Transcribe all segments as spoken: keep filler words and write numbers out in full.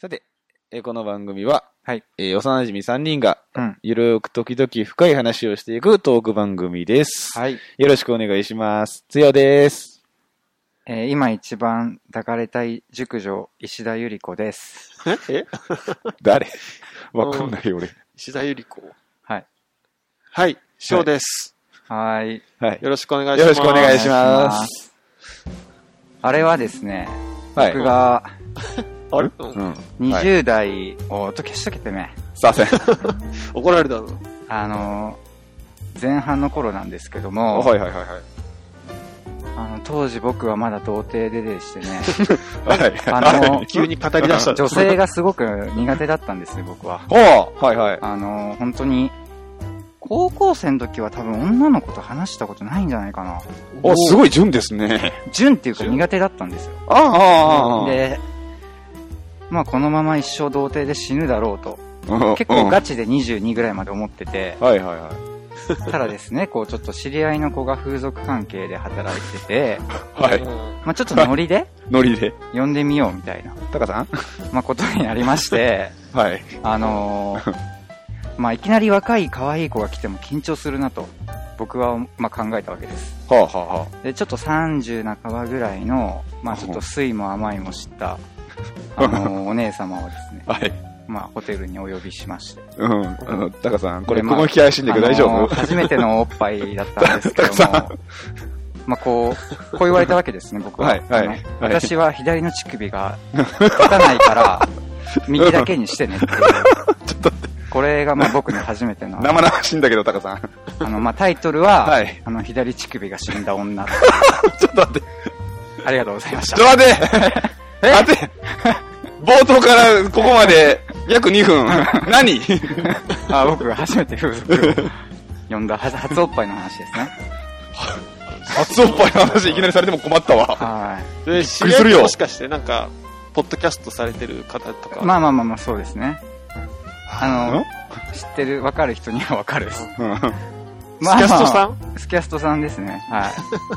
さて、えーこの番組は、 はい。 えー幼馴染さんにんが、 うん。 ゆるく時々深い話をしていくトーク番組です。 はい。 よろしくお願いします。つよです。 えー今一番抱かれたい熟女、石田ゆり子です。 ええ誰わかんないよ、俺。 石田ゆり子。 はい。 はい、翔です。 はーい。 はい。 よろしくお願いします。 よろしくお願いします。 あれはですね、 はい。 僕があれ、うん、 うん。 にじゅう代、おーっと消しとけてね。 すいません。 怒られたの。 あのー、前半の頃なんですけども、 はいはいはいはい。 あの当時僕はまだ童貞ででしてね、 はい。 あのー、 急に語り出した。 女性がすごく苦手だったんですね、僕は。 ほうはいはい。 あのー、本当に、高校生の時は多分女の子と話したことないんじゃないかな。 お、すごい純ですね。 純っていうか苦手だったんですよ。 ああ、ああ、 で、まあこのまま一生童貞で死ぬだろうと、 うん結構ガチでにじゅうにぐらいまで思ってて、 はいはいはい。 ただですね、こうちょっと知り合いの子が風俗関係で働いてて、 はい。 うんまあちょっとノリでノリで。 呼んでみようみたいな、 タカさんまあことになりまして、 はい。 あのー、まあいきなり若い可愛い子が来ても緊張するなと、僕はまあ考えたわけです。 はあはあはで、ちょっとさんじゅう半ばぐらいの、まあちょっと酸いも甘いも知った、あのー、お姉様をですね、 あ。はい。 まあホテルにお呼びしまして。 うん。あの、タカさん、これ、 でまあこの気合いしんでく大丈あの夫ー初めてのおっぱいだったんですけどたくも、まあこう、こう言われたわけですね、僕は。 はいはいあのはい私は左の乳首が立たないから、右だけにしてねっていう。 ちょっと待って。 これがまあ僕の初めての、 生々しいんだけど、タカさん。 あの、まあタイトルは、 はいあの、左乳首が死んだ女。 ちょっと待って。 ありがとうございましたちょ。っと待ってえ待って冒頭からここまで約にふん。何あ、僕が初めて風俗を呼んだ初初おっぱいの話ですね。 初おっぱいの話いきなりされても困ったわ。 はい。 で、 びっ知り合いくりするよもしかして、なんか、ポッドキャストされてる方とか。 まあまあまあまあ、そうですね。あのん、 知ってる、わかる人にはわかるです。 うん。 まあスキャストさん、 スキャストさんですね。はい。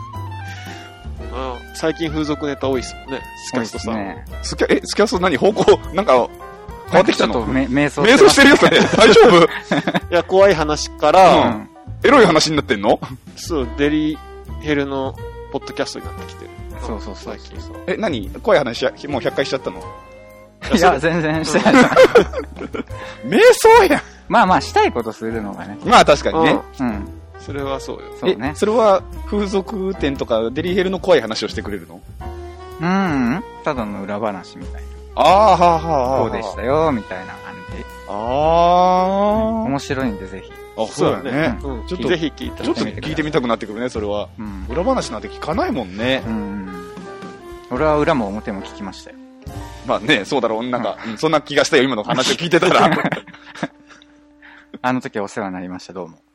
うん、最近風俗ネタ多いっすもんね。スキャストさん。 そうですね。 スキャ、え、スキャスト何方向、なんか、変わってきたのちょっとめ瞑想瞑想してるよ、それ。大丈夫いや、怖い話かうら、 ん。 エロい話になってんのそう、デリヘルのポッドキャストになってきてる。 そうそうそう最近さ。 え、何怖い話や、もうひゃっかいしちゃったのいや、全然してない。 瞑想やん。 まあまあ、したいことするのがね。 まあ確かにね。 うん。 それはそうよ。 そうねえ、。それは風俗店とかデリヘルの怖い話をしてくれるのうん。ただの裏話みたいな。 ああ、はあ、はあ。 こうでしたよ、みたいな感じ。 あ面白いんで、ぜひ。 あ。あ、そうだね。 うん。 ちょっとぜひ聞いてちょっと聞いてみたくなってくるね、それは。 うん。 裏話なんて聞かないもんね。 うん。俺は裏も表も聞きましたよ。 まあね、そうだろう。なんか、うんそんな気がしたよ、今の話を聞いてたら。 あの時はお世話になりました、どうも。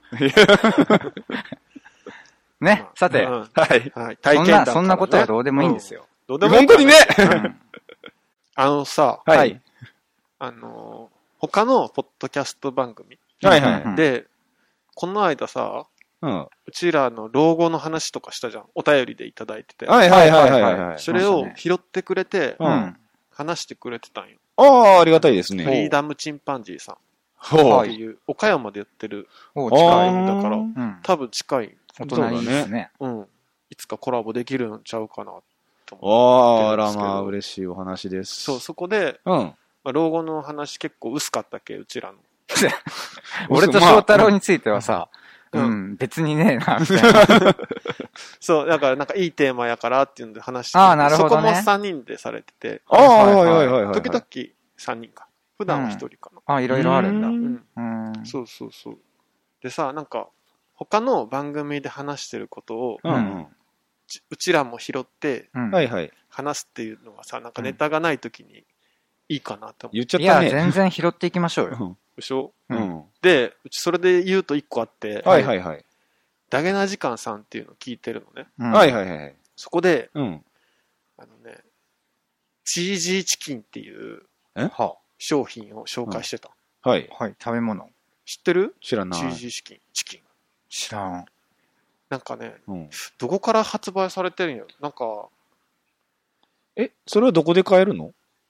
ね、さて、 うんはい。 はい。 そんな、 体験談からねそんなことはどうでもいいんですよ。 どうでもいい本当にね。 うんあのさ、 ははいい。 あのー、他のポッドキャスト番組はいはいうんで、この間さ、 うん。 うちらの老後の話とかしたじゃん。お便りでいただいてて。 はいはいはいはいはい。 それを拾ってくれて、 ううんん。 話してくれてたんよ。 ああ、ありがたいですね。 フリーダムチンパンジーさんっほう。 ていう、岡山でやってる、 おあ近い。 ーだからうん。 多分近い、 お隣ですね。 うん。いつかコラボできるんちゃうかなと思ああ、あらってるんですけどまあ、嬉しいお話です。 そう、そこで、 うん。 まあ、老後の話結構薄かったっけ、うちらの。 俺と翔太郎についてはさ、ううんん、別にねえな、みたいな。 そう、だからなんかいいテーマやからっていうんで話して、 あーなるほどねそこもさんにんでされてて、 ああ、 はいはいいははいはいはい。 時々さんにんか。普段はひとりかな。 あ、いろいろあるんだ。 ううん。 うん。 そうそうそう。でさ、なんか、他の番組で話してることを、 うんうん。 ちうちらも拾ってうんはいはい。 話すっていうのがさ、なんかネタがないときにいいかなって思う。 言っちゃっいや、 たね。 全然拾っていきましょうよ。 でしょうん。うん。 で、うちそれで言うと一個あって、 はいはいはい。 ダゲな時間さんっていうのを聞いてるのね。 うんはいはいはい。 そこで、 うん。 あのね、チージーチキンっていうは商品を紹介してた。 はい。 はい、食べ物。 知ってる知らない。 チージーチキン。チキン。 知らん。 なんかね、 うん。 どこから発売されてるんやろなんか、 え、それはどこで買えるの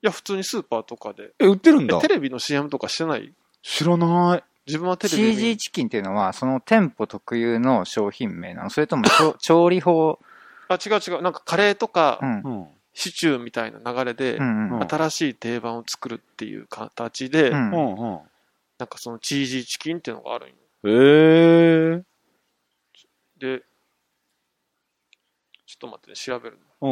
や、普通にスーパーとかで。 え、売ってるんだ。 テレビの シーエム とかしてない？ 知らない。 自分はテレビシージー チキンっていうのは、その店舗特有の商品名なの？それとも調理法？ あ、違う違う。なんかカレーとか、 うんうん。 シチューみたいな流れで、 うんうん。 新しい定番を作るっていう形で、 うんうんうん。 なんかそのチージーチキンっていうのがあるんよ。 へえ。 で、ちょっと待ってね、調べるうん。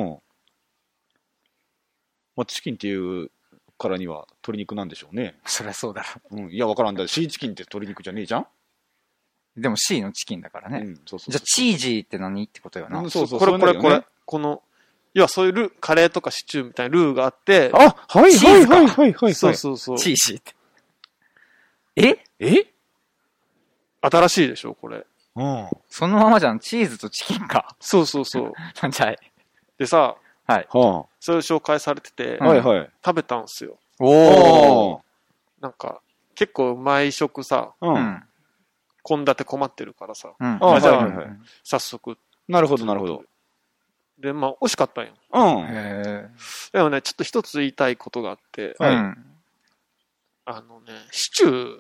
まあ、チキンっていうからには鶏肉なんでしょうね。 そりゃそうだろ。 うん。いや、わからんだ。シーチキンって鶏肉じゃねえじゃん。 でも C のチキンだからね。 うん、そうそう。 じゃあ、チージーって何ってことよな。 うんそうそうこれこれこれ、 そういうのよねこの、要はそういうルー、カレーとかシチューみたいなルーがあって、 あ、はいチーズかはいはいはいはい。 そうそうそう。 チージーって。ええ新しいでしょ、これ。 うん。 そのままじゃん。チーズとチキンか。 そうそうそう。 じゃあ、 でさ、 はい。 はそれ紹介されてて、 あ。はいはい。 食べたんすよ。 おー。 なんか、結構毎食さ、 う。 うんん。 献立困ってるからさ、 うん。 あじゃあはいはいはい早速。 なるほどなるほど。 で、まあ、美味しかったんよ。 うん。 へでもね、ちょっと一つ言いたいことがあって、 ー。 はいうん。 あのね、シチュー、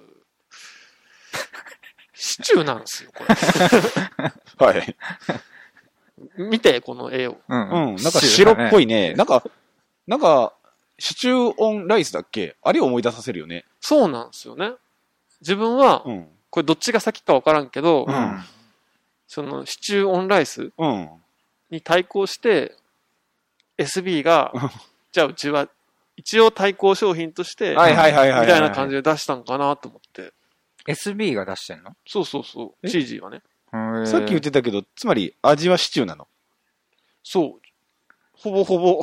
シチューなんですよ、こはい。 れ。見て、この絵を。 うん。 うん。なんか白っぽい。 いね。なんか、なんか、シチューオンライスだっけあれを思い出させるよね。 そうなんですよね。自分は、 うん。 これどっちが先かわからんけど、 うんん。 そのシチューオンライスうん。 に対抗して、エスビー が、じゃあうちは一応対抗商品として、 はいはいはいはい。 みたいな感じで出したんかなと思って。 エスビー が出してんの？ そうそうそう。 えチージーはね。 さっき言ってたけど、つまり味はシチューなの。 そう。ほぼほぼ。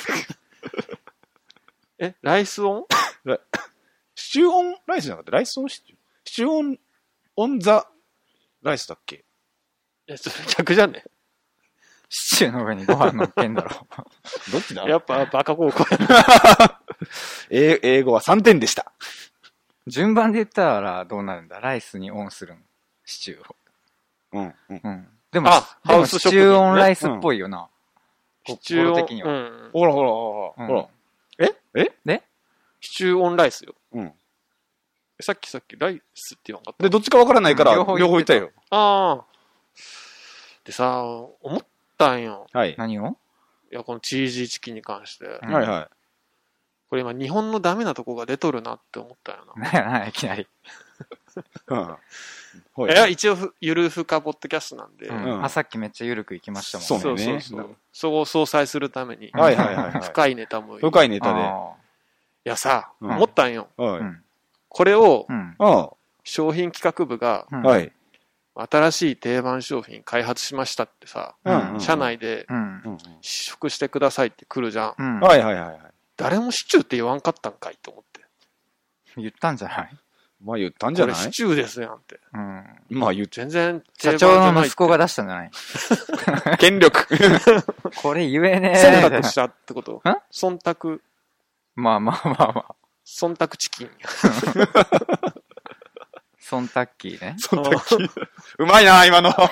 え、ライスオンシチューオンライスじゃなかったライスオンシチューシチューオン、オンザライスだっけいや、それ逆じゃねシチューの上にご飯乗っけんだろ。 どっちだやっぱバカ高校やな。 英英語はさんてんでした。 順番で言ったらどうなるんだ？ライスにオンするん。シチューを。 うん。うん。 うん。でも、 あでもハウス食品ねシチューオンライスっぽいよな。 シチューオン、 語呂的にはうん。 ほらほらほらうんほら。 シチューオンライスよ。 うん。 さっきさっきライスって言わんかったで、どっちかわからないから、 両両方言ってた方言ったよ。 ああ。でさ、思ったんよ。 はい。 何を？ いや、このチージーチキンに関して。 うんはいはこれ今日本のダメなとこが出とるなって思ったよな。 なんやなんや、いきなり。 い。うんほいいや、一応ふ、ゆるふかポッドキャストなんで。 ううんん。あ、さっきめっちゃ緩くいきましたもんそうそうねそうそう。そこを相殺するために。 はいはいはいはい。 深いネタもいい。い深いネタで。 あやさ、 うん思ったんよ。 はい。 ーうん。 これをうん。 あ商品企画部がうんあ。はい。 新しい定番商品開発しましたってさ、 うん社内でうん。 うん試食してくださいって来るじゃん。 うん。 はいはいはいはい。 誰もシチューって言わんかったんかいと思って。 言ったんじゃない？ まあ言ったんじゃこないれシチューですやんって。 うん。 まあ言っ全然社長の息子がだ。 出したんじゃない？ 権力。 これ言えね忖え。 度したってことん忖度、 まあまあまあまあ。 忖度チキン。 ソンタッキーね。 そんな気うまいな、今の。ち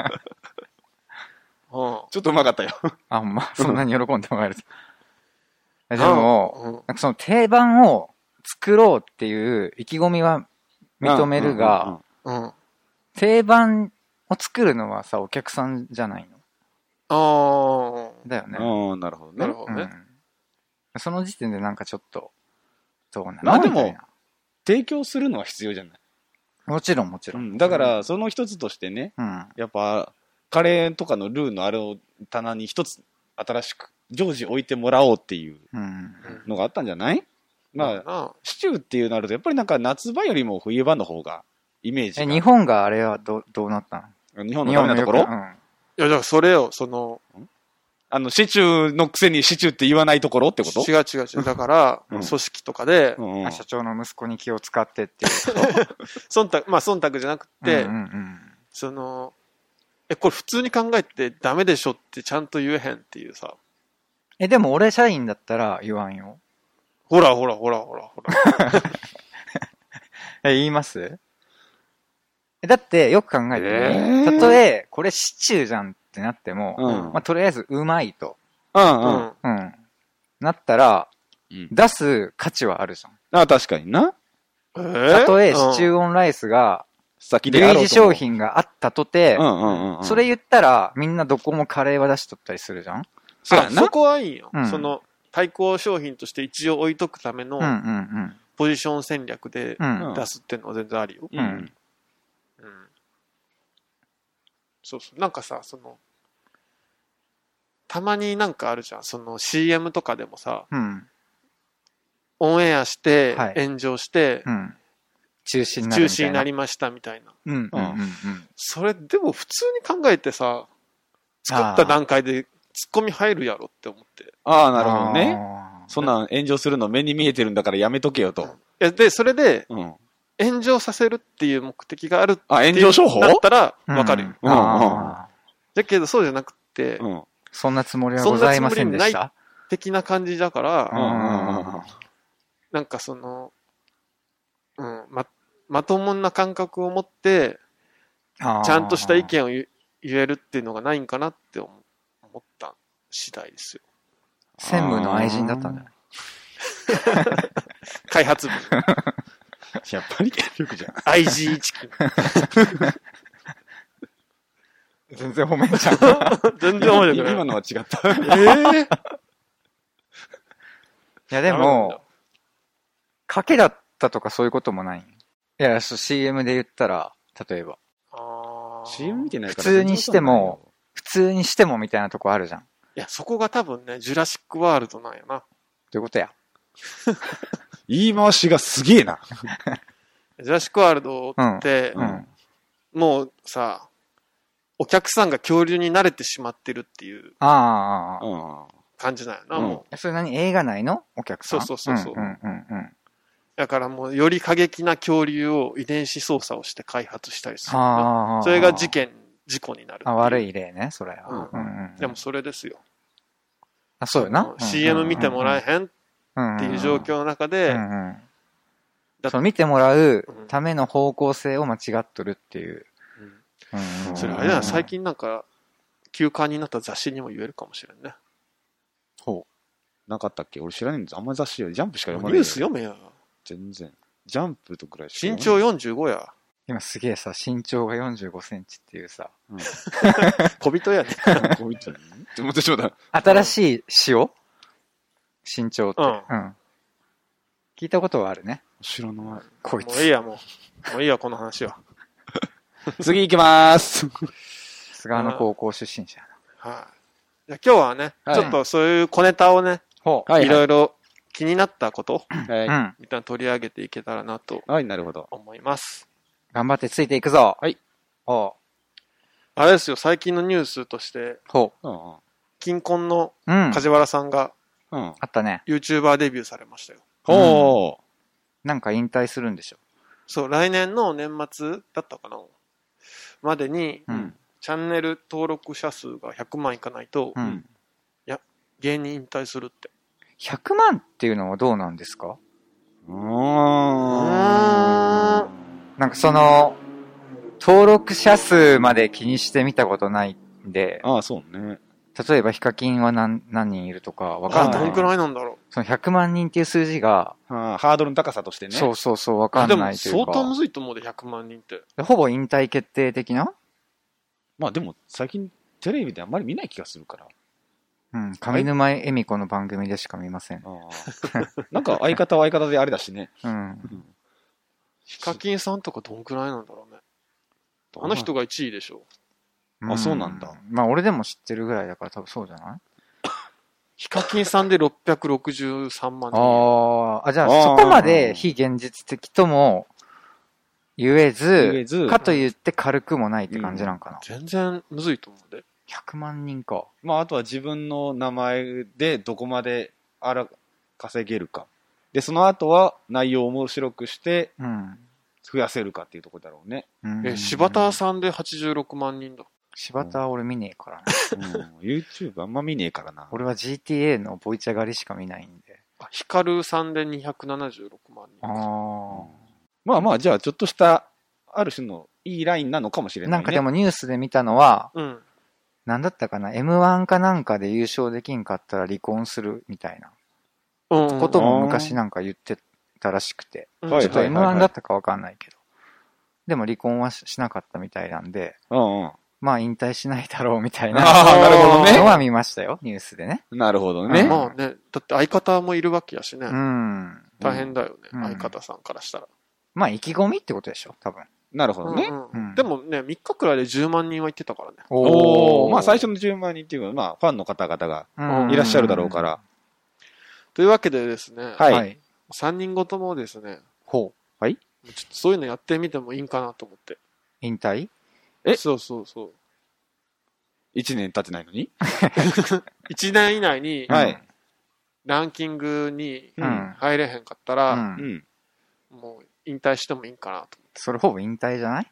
うん。 ょっとうまかったよ。 あ、まあ、そんなに喜んでもらえると。えでも、 うん、 なんかその定番を作ろうっていう意気込みは認めるが、 うん。あ定番を作るのはさ、お客さんじゃないあのだよね。 うん、なるほどね。 なるほどね。 うんその時点でなんかちょっと、どうなのまあでもみたいな提供するのは必要じゃない。 もちろんもちろ。 うんん、だから、その一つとしてね、 うん。 やっぱ、カレーとかのルーのあれを棚に一つ新しく常時置いてもらおうっていううん。 のがあったんじゃないまあ、 あ、 シチューっていうなると、やっぱりなんか夏場よりも冬場の方がイメージえ、 が。 日本があれはど、どうなったの？ 日本のダメなところ日本のよいや、だからそれよ、その、 あの、シチューのくせにシチューって言わないところってこと違う違う違う。だから、 うん組織とかで、 うんうんくうんあ社長の息子に気を使ってっていう。 忖度、まあ忖度じゃなくて、 うんうんうんその、え、これ普通に考えてダメでしょってちゃんと言えへんっていうさ。 え、でも俺社員だったら言わんよ。 ほらほらほらほらほら。 え、言いますえだってよく考えてえね。 ーたとえ、これシチューじゃんってなっても、 うんまあ、とりあえずうまいと。 うんううん。 ん。 うん。なったら、 うん。 出す価値はあるじゃん。 あ、確かにな。 えーたとえシうんチューオンライスが、 先であろ類似うとも商品があったとてう、んうんうんうん。 それ言ったら、みんなどこもカレーは出しとったりするじゃん。 そうやなあそ。こはいいよ、 うんその対抗商品として一応置いとくためのうんうんポジション戦略でうん。うん。 出すっていうのは全然ありよ。 うん。 うんうん。そうそう。なんかさ、その、たまになんかあるじゃん。その シーエム とかでもさ、 うん。 オンエアしてはい炎上してうん。中止になるみたいな。 中止になりましたみたいな。 うんうんうんうん。 それでも普通に考えてさ、作った段階でツッコミ入るやろって思って。 ああ、なるほどね。 あー。 そんなん炎上するの目に見えてるんだからやめとけよと。 いやで、それでうん。 炎上させるっていう目的があるってあ、炎上商法なったらわかるよ。 うんうんあーだけどそうじゃなくて、 うん。 そんなつもりはございませんでした。 的な感じだから、 うんうんうんうん。 なんかその、うん、ま、まともな感覚を持って、 あーちゃんとした意見を言言えるっていうのがないんかなって思思った次第ですよ。 専務の愛人だったんじゃない？ 開発部。 やっぱり結局じゃん。 アイジー チキン。 全然褒めんじゃん。 全然面白くない。 今のは違った。 ええいやでも、賭けだったとかそういうこともない。いや、そう シーエム で言ったら、例えば。 あーシーエム 見てないから。 普通にしても、普通にしてもみたいなとこあるじゃん。どいや、そこが多分ね、ジュラシックワールドなんやな。 ういうことや。 言い回しがすげえな。 ジュラシックワールドって、 うん。 もうさ、お客さんが恐竜に慣れてしまってるっていうああ、 うん。 感じなんやな、 うんもう。 それ何映画内のお客さん？ そうそうそうそううんうんうん。 だからもう、より過激な恐竜を遺伝子操作をして開発したりするんだ。 ああ。 それが事件、事故になるっていう。 あ、悪い例ね、それは。 うんうんうん。 でもそれですよ。 あ、そうよな。 シーエム 見てもらえへんっっていう状況の中うで、 んうん。 だそう、見てもらううんための方向性を間違っとるっていう。 うんうんうんそれあれだな、最近なんか、休刊になった雑誌にも言えるかもしれんね。 ほう。なかったっけ俺知らないんです。あんま雑誌よりジャンプしかニ読まない。 ュース読めや。 全然。ジャンプとくらいしか身長読まない。 よんじゅうごや。 今すげえさ、身長がよんじゅうごセンチっていうさ、 小人やね。 こういったのって思ってしまった。 新しい塩身長って。 ううんん。聞いたことはあるね。 知らない。 こいつ。 もういいや、もう。もういいや、この話は。 次行きまーす。 菅の高校出身者やな。 はい。じゃあ今日はね、 はいちょっとそういう小ネタをね、 ほう。 はいいろいろ気になったこと、 はい。 うん。 一旦取り上げていけたらなとはい、なるほど。 思います。 頑張ってついていくぞ。 はい。 ほあれですよ、最近のニュースとして、 う。ほうん金婚のう。うん。 梶原さんがうん。うん。 あったね。 YouTuber デビューされましたよ。 ほなんか引退するんでしょ。 そう、来年の年末だったかなまでに、 う。 うん。 チャンネル登録者数がひゃくまんいかないと、 うん。 芸人引退するって。 ひゃくまんっていうのはどうなんですか？ うーん。 なんかその、登録者数まで気にしてみたことないんで、 ああ、そうね。 例えばヒカキンは何何人いるとかわかあ、 んない。 どんくらいなんだろそのひゃくまん人っていう数字が、 ああハードルの高さとしてね。 そうそうそうわう。 かんでもないという相当むか、 ずいと思うで、ひゃくまんにんって。 ほぼ引退決定的な、 まあでも、最近テレビであんまり見ない気がするから。 うん、上沼恵美子の番組でしか見ません。 ああなんか相方は相方であれだしね。 うん。 ヒカキンさんとかどんくらいなんだろうね。あの人がいちいでしょ。 あそうなんだ。 まあ俺でも知ってるぐらいだから多分そうじゃない？ ヒカキンさんでろっぴゃくろくじゅうさんまん人。 ああ、あ、じゃああーそこまで非現実的とも言えず、 言えずかと言って軽くもないって感じなんかな。 全然むずいと思うで。 ひゃくまん人か。 まああとは自分の名前でどこまであら稼げるか。で、その後は内容を面白くしてうん。 増やせるかっていうところだろうね。 うんえ、柴田さんではちじゅうろくまん人だ。 柴田は俺見ねえからな。 うん、YouTube あんま見ねえからな。 俺は ジーティーエー のボイチャ狩りしか見ないんで。 あヒカルさんでにひゃくななじゅうろくまん人。 あまあまあ、じゃあちょっとした、ある種のいいラインなのかもしれあ。 ない、ね。 なんかでもニュースで見たのは、 うん。 なんだったかな エムワン かなんかで優勝できんかったら離婚するみたいな。 うんことも昔なんか言ってたらしくて、 うんちょっとはいはいエムワン だったかわかんないけど、でも離婚はしなかったみたいなんで、 うんうん。 まあ引退しないだろうみたいなああ、なるほどのね。 は見ましたよ、ニュースでね。 なるほどね。 まあね、だって相方もいるわけやしね。 うん。 大変だよね、 うん相方さんからしたら。 まあ意気込みってことでしょ、多分。 なるほどね。 うんうんうんでもね、みっかくらいでじゅうまんにんは行ってたからね。 おお、まあ最初初のじゅうまんにんっていうのは、まあファンの方々がうんいらっしゃるだろうから。 というわけでですね、 はいはい。 さんにんごともですね、 ほう。 ちょっとそういうのやってみてもいいんかなと思って。 引退えそうそうそう。 いちねん経ってないのにいちねん以内にはい。 ランキングにうん。 入れへんかったうら、 うんん。 もう引退してもいいんかなと。 それほぼ引退じゃない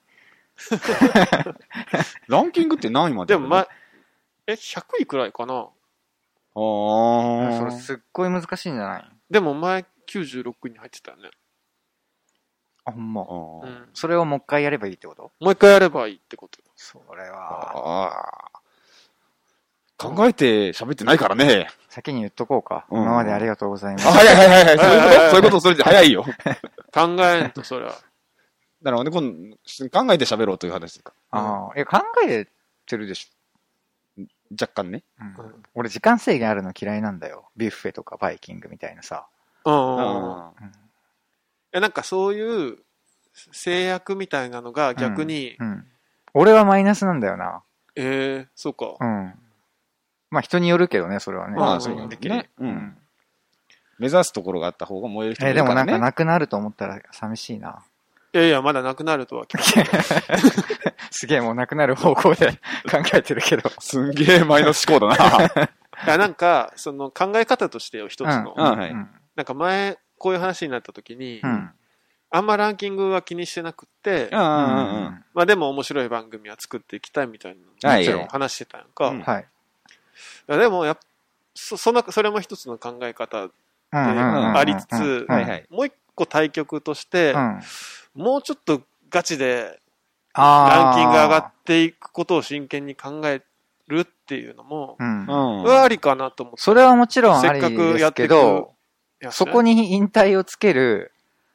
ランキングって何位まででもま、え、ひゃくいくらいかな。 あそれあ。 すっごい難しいんじゃないでも前きゅうじゅうろくいに入ってたよね。 あ、ほんま。 うあん。 それをもう一回やればいいってこともう一回やればいいってこと。 それは、 あ。考えて喋ってないからね。 先に言っとこうか。 うん今までありがとうございまあ、 す。 早い早い早い早い。そういうことはいはいはいそういうことそれで早いよ。 考えんと、そりゃ。 なるほどね。今度考えて喋ろうという話ですか。 ああ、いや、考えてるでし若干ね。 ょ。うんうん俺、時間制限あるの嫌いなんだよ。ビュッフェとかバイキングみたいなさ。 うんうんうん。 あうんえ、なんかそういう制約みたいなのが逆に、 うん。俺はマイナスなんだよな。 えー、そうか。 うん。まあ人によるけどね、それはね。 まあ、 うんそういうのね。う。 うんん。 目指すところがあった方が燃える人もえーでもいるからね。 なんかなくなると思ったら寂しいな。 いやいや、まだなくなるとは聞かない。 すげえもうなくなる方向で考えてるけど。 すんげえマイナス思考だな。 いや、なんか、その考え方としてよ、一つの。 うんはいうん。 なんか前、こういう話になった時に、 うん。 あんまランキングは気にしてなくって、 うんうんうん。 まあでも面白い番組は作っていきたいみたいなはいもちろん話してたやんか。 うんはい。 いやでもやっぱそそのそれも一つの考え方でうんうんうんうんありつつ、 はいはい。 もう一個対局として、 うん。 もうちょっとガチであランキング上がっていくことを真剣に考えるっていうのも、 うん。 うん。 はありかなと思って。 それはもちろんありせっかくですやっていくけど、 やつねそこに引退をつける、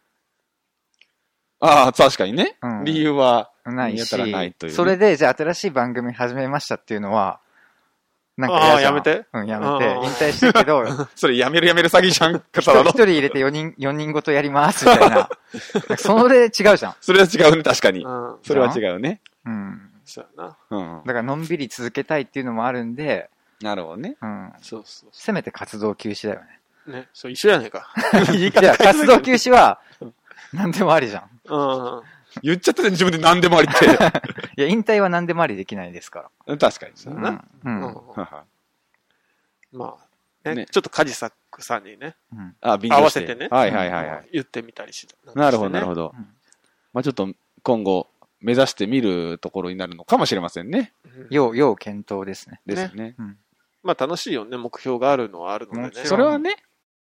ああ、確かにね。 うん理由は、 ないしやったらないというねそれで、じゃあ新しい番組始めましたっていうのは、なんか嫌じゃん。 あーやめてうん、やめて。 あー引退してるけど、 それやめるやめる詐欺じゃん、 一ただの人一。人入れてよにん、四人ごとやります、みたいな。それ違うじゃん。 それは違うね、確かに。 うん。 それは違うね。 うん。 そうやな。 うん。 だからのんびり続けたいっていうのもあるんで、 なるほどね。 うん。 そうそうそせめて活動休止だよね。 う。ね。そう、一緒やねんか。 いや、活動休止は、何でもありじゃん。 うん。 言っちゃったね、自分で何でもありっいや、引退は何でもありできないですかて。確かに。 そうやら。 な。 うん。うん。 うんまあ、ね、 ねちょっとカジサックさんにね、 うん。 あ、便合乗してわせてねはいはいはいはい。 言ってみたりして。 なるほど、なるほど。 どうん。 まあちょっと今後目指してみるところになるのかもしれませんね。 うん要、要検討ですね。 ですよね。 うん。 まあ楽しいよね、目標があるのはあるのでねもちろ。んそれはね。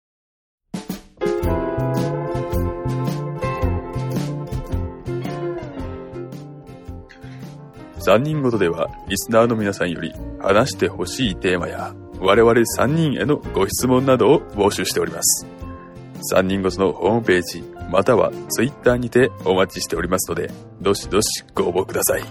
さんにんごとではリスナーの皆さんより話してほしいテーマや我々さんにんへのご質問などを募集しております。さんにんごとのホームページまたはツイッターにてお待ちしておりますのでどしどしご応募ください。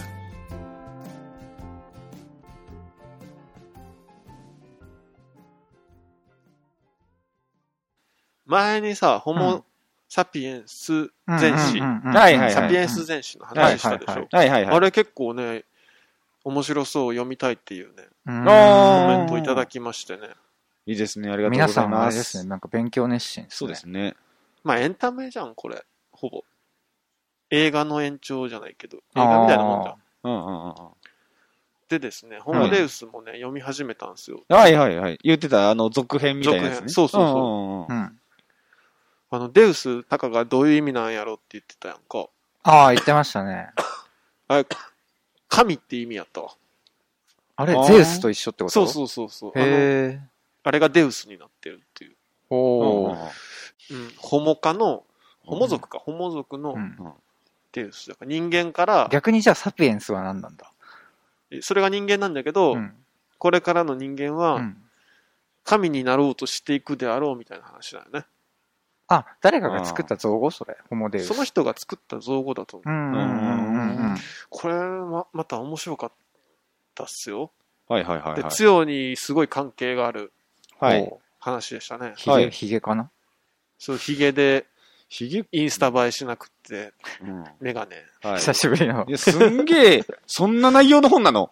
前にさ、ホうんモ・サピエンス全史、 うんうんうんうんはいはいサピエンス全史の話したでしはいはいょ。 はいはいはい。 あれ結構ね、面白そう読みたいっていうね、 うんあーコメントいただきましてね。 いいですね。ありがとうご皆さざいま。 んもあれですすね、なんか勉強熱心ですね。 そうですね。 まあエンタメじゃん、これ。ほぼ。映画の延長じゃないけど、映画みたいなもんじゃん。 うんうんうんうん。 でですね、ホモデウスもね、読み始めたんですよ。 はいはいはい。言ってた、あの、続編みたいなやつね。 続編そうそうそううんうんうんうん。 あの、デウス、タカがどういう意味なんやろって言ってたやんか。 ああ、言ってましたね。 あれ、神って意味やったわ。 あれあー、 ゼウスと一緒ってことそうそうそうそう。あの、 へえ。 あれがデウスになってるっていう。 おー。 うん。ホモ科の、ホモ族か、ホモ族のうんデウスだから人間から、 逆にじゃあサピエンスは何なんだそれが人間なんだけど、 うん。 これからの人間は、 うん神になろうとしていくであろうみたいな話だよね。 あ、誰かが作った造語それ、ホモデウス。 その人が作った造語だと思う。 うんうんうんうんうん。 これま、また面白かったっすよ。 はいはいはい、はい。 で、つよにすごい関係があるはい。 話でしたね。 ヒゲ、 はいヒゲかな？ そう、ヒゲでひげ、 インスタ映えしなくって、 うん。 メガネ。 はい。 久しぶりのい。や、すんげえ、そんな内容の本なの、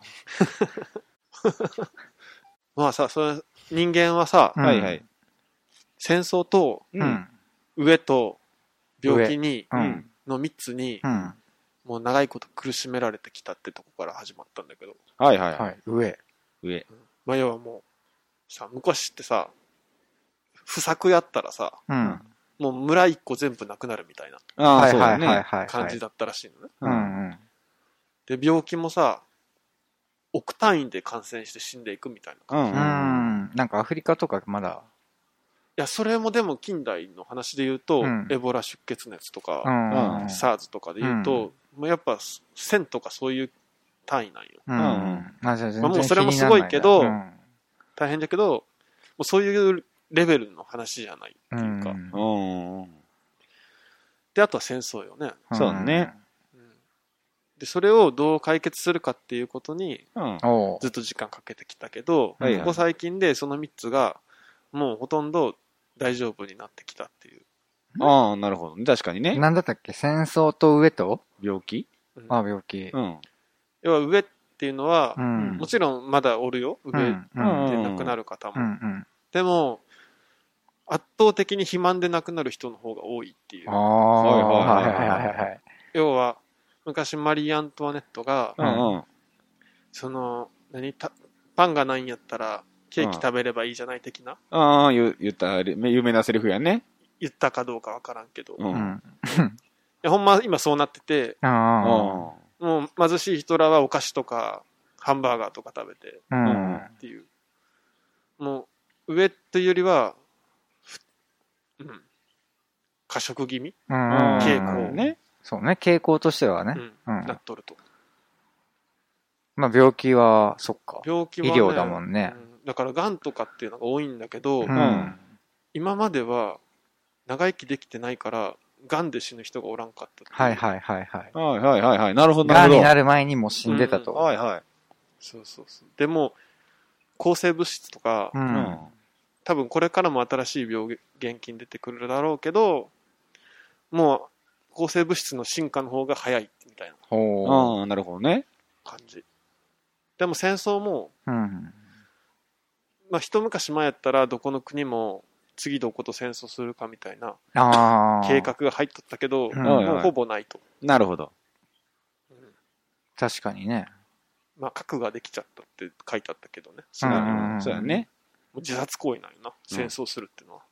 まあさ、それ、人間はさ、 うんはいはい。 戦争とうん。うん。 飢えと病気に、 うん。 のみっつに、 うん。 もう長いこと苦しめられてきたってとこから始まったんだけど、 はいはい。 はい。上。 上。 まあ要はもう、さ、昔ってさ、不作やったらさ、 うん。 もう村一個全部なくなるみたいなああ、 はいはいそうだね。 はいはい。 感じだったらしいのね。 うんうん。 で、病気もさ、億単位で感染して死んでいくみたいな感じ。 うんう。ん。なんかアフリカとかまだ。 いや、それもでも近代の話で言うと、 うんエボラ出血熱とうか、 ん。 SARS とかで言うと、もうやっぱせんとかそういう単位なんよ。 うん。うん。まあじゃあ全然まあもうそれもすごいけど気にならないな大変だけど、もうそういうレベルの話じゃないってうん。 いうか。 うんうん。 で、あとは戦争よね。 そうだね。 うんで、それをどう解決するかっていうことにうん。 おう。 ずっと時間かけてきたけど、 はいはいここ最近でそのみっつがもうほとんど大丈夫になってきたっていう。 ああ、なるほど。確かにね。 なんだったっけ？戦争と飢えと？ 病気うんあ、病気。 うん。 要は飢えっていうのは、 うん。 もちろんまだおるよ。 う飢えん。うん。 で亡くなる方も。 うん。うん。 でも、圧倒的に肥満で亡くなる人の方が多いっていうあ。あ。 はいはいはいはいはいはいはい。 要は、昔マリー・アントワネットが、 うんうん。 その、何た、パンがないんやったら、ケーキ食べればいいじゃない的な、 ああ、言言った、有名なセリフやね。 言ったかどうかわからんけど。いうん。 うん。 やほんま今そうなってて、 ああもう貧しい人らはお菓子とか、ハンバーガーとか食べてあ。うん。 っていう。もう、上というよりは、ふうん。過食気味、 うん。 傾向ね。 そうね、傾向としてはね。 うん、 うんなっとると。 まあ病気は、そっか。 病気は、ね、 医療だもんねうんだから、癌とかっていうのが多いんだけど、 うん。 今までは長生きできてないから、癌で死ぬ人がおらんかったっていう。 はいはいはいはい。 はいはいはいはい。なるほどなるほど。 癌になる前にもう死んでたと。 はいはい。 そうそうそう。でも、抗生物質とか、 う。 うんん。 多分これからも新しい病原菌出てくるだろうけど、もう抗生物質の進化の方が早いみたいなほああ、なるほどね。 感じ。でも戦争も、 う。うん。 まあ一昔前やったらどこの国も次どこと戦争するかみたいなああ。 計画が入っとったけど、 うんもうほぼないと。 なるほど。 確かにね。 まあ核ができちゃったって書いてあったけどね。 うんそれはうんうんそうやね。 もう自殺行為なんよな。 うん戦争するっていうのは。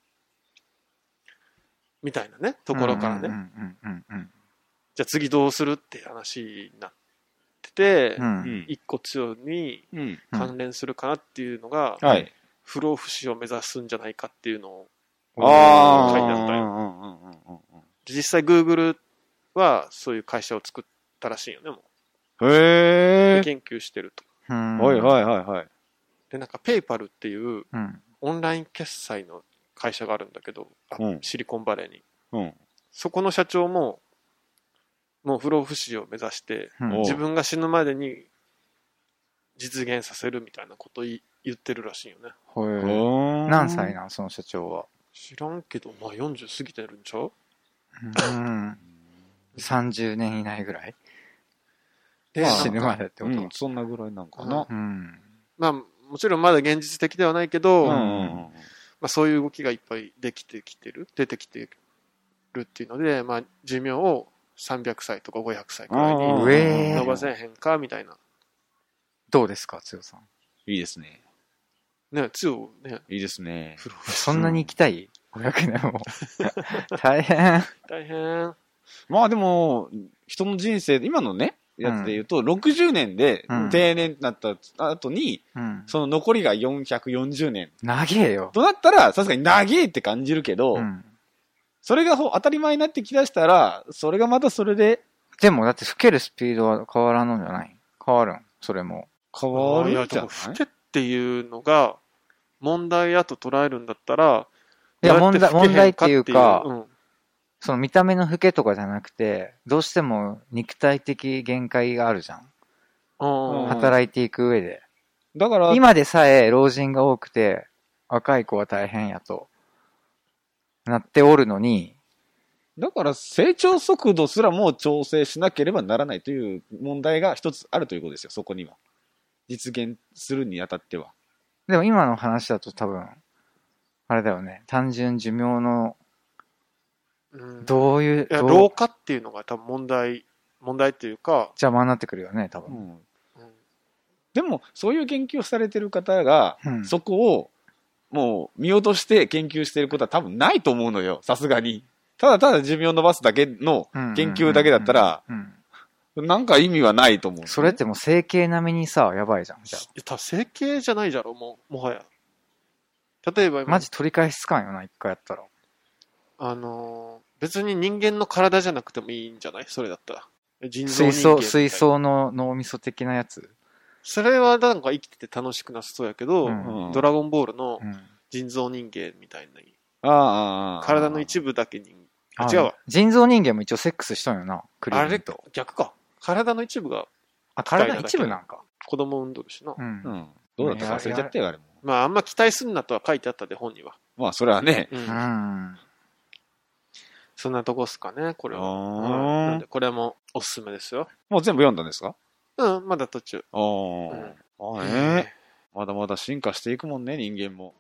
みたいなね、ところからね。 うんうんうんうんじゃあ次どうするって話になってて、 うん。うん。 一個強にうん。 関連するかなっていうのが、 はい。 不老不死を目指すんじゃないかっていうのを、 ああ。 書いてあったようんうんうんうんうん実際 Google はそういう会社を作ったらしいよね、もうん。 う。 へえ。 で研究してると。 うん。 はいはいはいはい。 で、なんか PayPal っていううん。 オンライン決済の会社があるんだけど、あうんシリコンバレーに。 うん。 そこの社長も、もう不老不死を目指して、 うんお自分が死ぬまでに実現させるみたいなことを言言ってるらしいよね。 ほえ何何歳なんその社長は。 知らんけど、まあよんじゅう過ぎてるんちゃううん。さんじゅうねん以内ぐらいで、 まあ死ぬまでってことうん、そんなぐらいなんかな。 うん。 まあ、もちろんまだ現実的ではないけど、まうんうんうん。 あそういう動きがいっぱいできてきてる、出てきてるっていうので、まあ寿命をさんびゃくさいとかごひゃくさいくらいにあーうえー。 伸ばせへんかみたいな。 どうですか、つよさん。 いいですね。 ね、強ね、 いいですね。 不老不死。 そんなに行きたい ?ごひゃく 年も。大変。 大変。 まあでも、人の人生で、今のね、やつで言うと、ろくじゅうねんでうん定年になった後に、 うん。 その残りがよんひゃくよんじゅうねん。 長えよ。 となったら、さすがに長えって感じるけど、 うん。 それがほ当たり前になってきだしたら、それがまたそれででもだって老けるスピードは変わらんのじゃない変わるんそれも。 変わるいや、 んじゃないでも、老けっていうのが、 問題やと捉えるんだったら、 いや、 ど問題、 やって老けへん問題っていうか、 うん、 その見た目の老けとかじゃなくて、どうしても肉体的限界があるじゃん。 うん働いていく上で。 だから、 今でさえ老人が多くて、若い子は大変やと、なっておるのに、 だから成長速度すらも調整しなければならないという問題が一つあるということですよ、そこには。実現するにあたっては。 でも今の話だと多分、あれだよね、単純寿命の、 うんどういう、 いやどう老化っていうのが多分問題、問題っていうか、 邪魔になってくるよね、多分。 うん、 うんでも、そういう研究をされてる方が、 うんそこをもう見落として研究していることは多分ないと思うのよ、さすがに。ただただ寿命を伸ばすだけの研究だけだったら、 うんうんうんなんか意味はないと思う。 それってもう整形並みにさ、やばいじゃん。じゃいや多分整形じゃないじゃろ、もう、もはや。例えばあ。 今、 マジ取り返しつかんよな、一回やったら。 あのー別に人間の体じゃなくてもいいんじゃないそれだったら。人造水槽、 人間みたいな水槽の脳みそ的なやつ。 それはなんか生きてて楽しくなさそうやけど、 うんうんドラゴンボールのうん。 人造人間みたいな、 ああああ体の一部だけ人あ、 あ違うわ。 人造人間も一応セックスしとんよな、クリあれリンと。 逆か。体の一部があ、体の一部なんか。 子供を産んどるしな。 うん。 うん。どうだったか忘れちゃったよ、あれも。 まああんま期待すんなとは書いてあったで、本には。 まあ、それはね。 うん。 うん。 そんなとこっすかね、これは。 あーはいなんで、これもおすすめですよ。 もう全部読んだんですか？ うん、まだ途中。 ああ。 うんああね。まだまだ進化していくもんね、人間も。